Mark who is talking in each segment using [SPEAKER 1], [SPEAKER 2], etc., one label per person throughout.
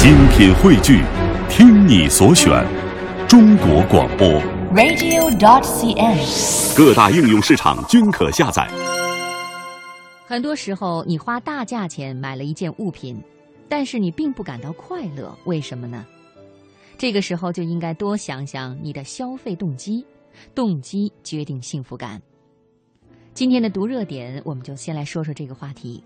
[SPEAKER 1] 精品汇聚，听你所选，中国广播
[SPEAKER 2] radio.cn，
[SPEAKER 1] 各大应用市场均可下载。
[SPEAKER 3] 很多时候，你花大价钱买了一件物品，但是你并不感到快乐，为什么呢？这个时候就应该多想想你的消费动机，动机决定幸福感。今天的读热点，我们就先来说说这个话题。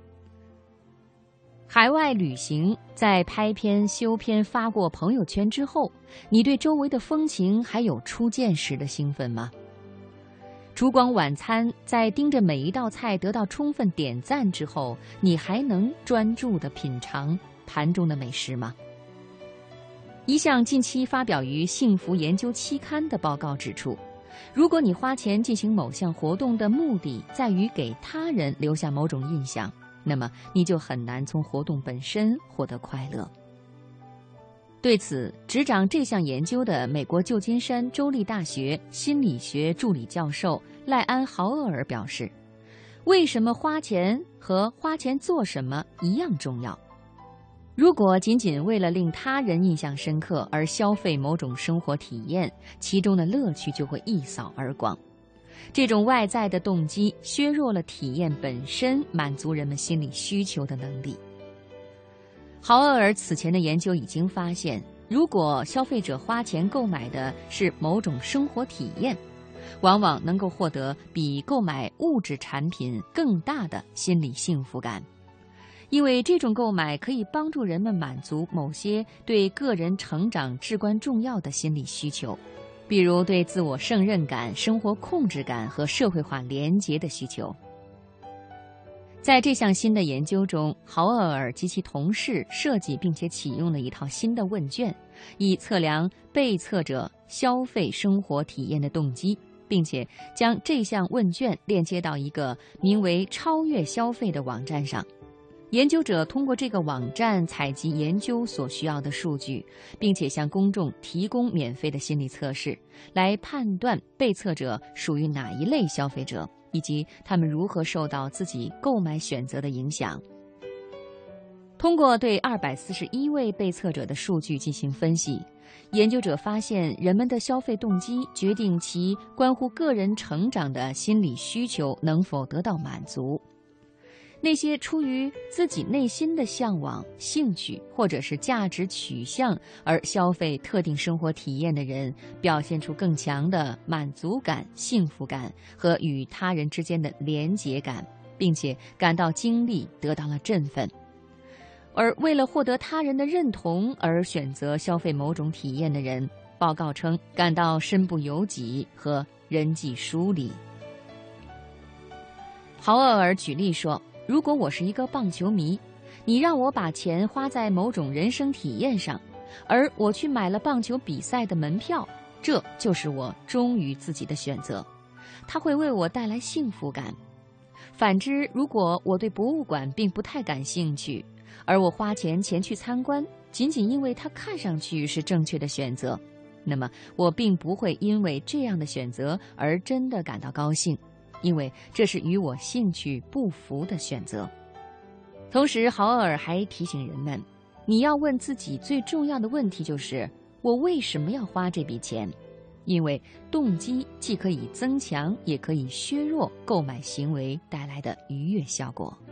[SPEAKER 3] 海外旅行，在拍片、修片、发过朋友圈之后，你对周围的风情还有初见时的兴奋吗？烛光晚餐，在盯着每一道菜得到充分点赞之后，你还能专注地品尝盘中的美食吗？一项近期发表于《幸福研究》期刊的报告指出，如果你花钱进行某项活动的目的在于给他人留下某种印象，那么你就很难从活动本身获得快乐。对此，执掌这项研究的美国旧金山州立大学心理学助理教授赖安·豪厄尔表示，为什么花钱和花钱做什么一样重要？如果仅仅为了令他人印象深刻而消费某种生活体验，其中的乐趣就会一扫而光。这种外在的动机削弱了体验本身满足人们心理需求的能力。豪厄尔此前的研究已经发现，如果消费者花钱购买的是某种生活体验，往往能够获得比购买物质产品更大的心理幸福感。因为这种购买可以帮助人们满足某些对个人成长至关重要的心理需求，比如对自我胜任感、生活控制感和社会化连结的需求。在这项新的研究中，豪厄尔及其同事设计并且启用了一套新的问卷，以测量被测者消费生活体验的动机，并且将这项问卷链接到一个名为“超越消费”的网站上。研究者通过这个网站采集研究所需要的数据，并且向公众提供免费的心理测试，来判断被测者属于哪一类消费者，以及他们如何受到自己购买选择的影响。通过对241位被测者的数据进行分析，研究者发现人们的消费动机决定其关乎个人成长的心理需求能否得到满足。那些出于自己内心的向往、兴趣或者是价值取向而消费特定生活体验的人，表现出更强的满足感、幸福感和与他人之间的连结感，并且感到精力得到了振奋。而为了获得他人的认同而选择消费某种体验的人，报告称感到身不由己和人际疏离。豪厄尔举例说，如果我是一个棒球迷，你让我把钱花在某种人生体验上，而我去买了棒球比赛的门票，这就是我忠于自己的选择，它会为我带来幸福感。反之，如果我对博物馆并不太感兴趣，而我花钱前去参观，仅仅因为它看上去是正确的选择，那么我并不会因为这样的选择而真的感到高兴，因为这是与我兴趣不符的选择。同时，豪厄尔还提醒人们，你要问自己最重要的问题就是，我为什么要花这笔钱？因为动机既可以增强，也可以削弱购买行为带来的愉悦效果。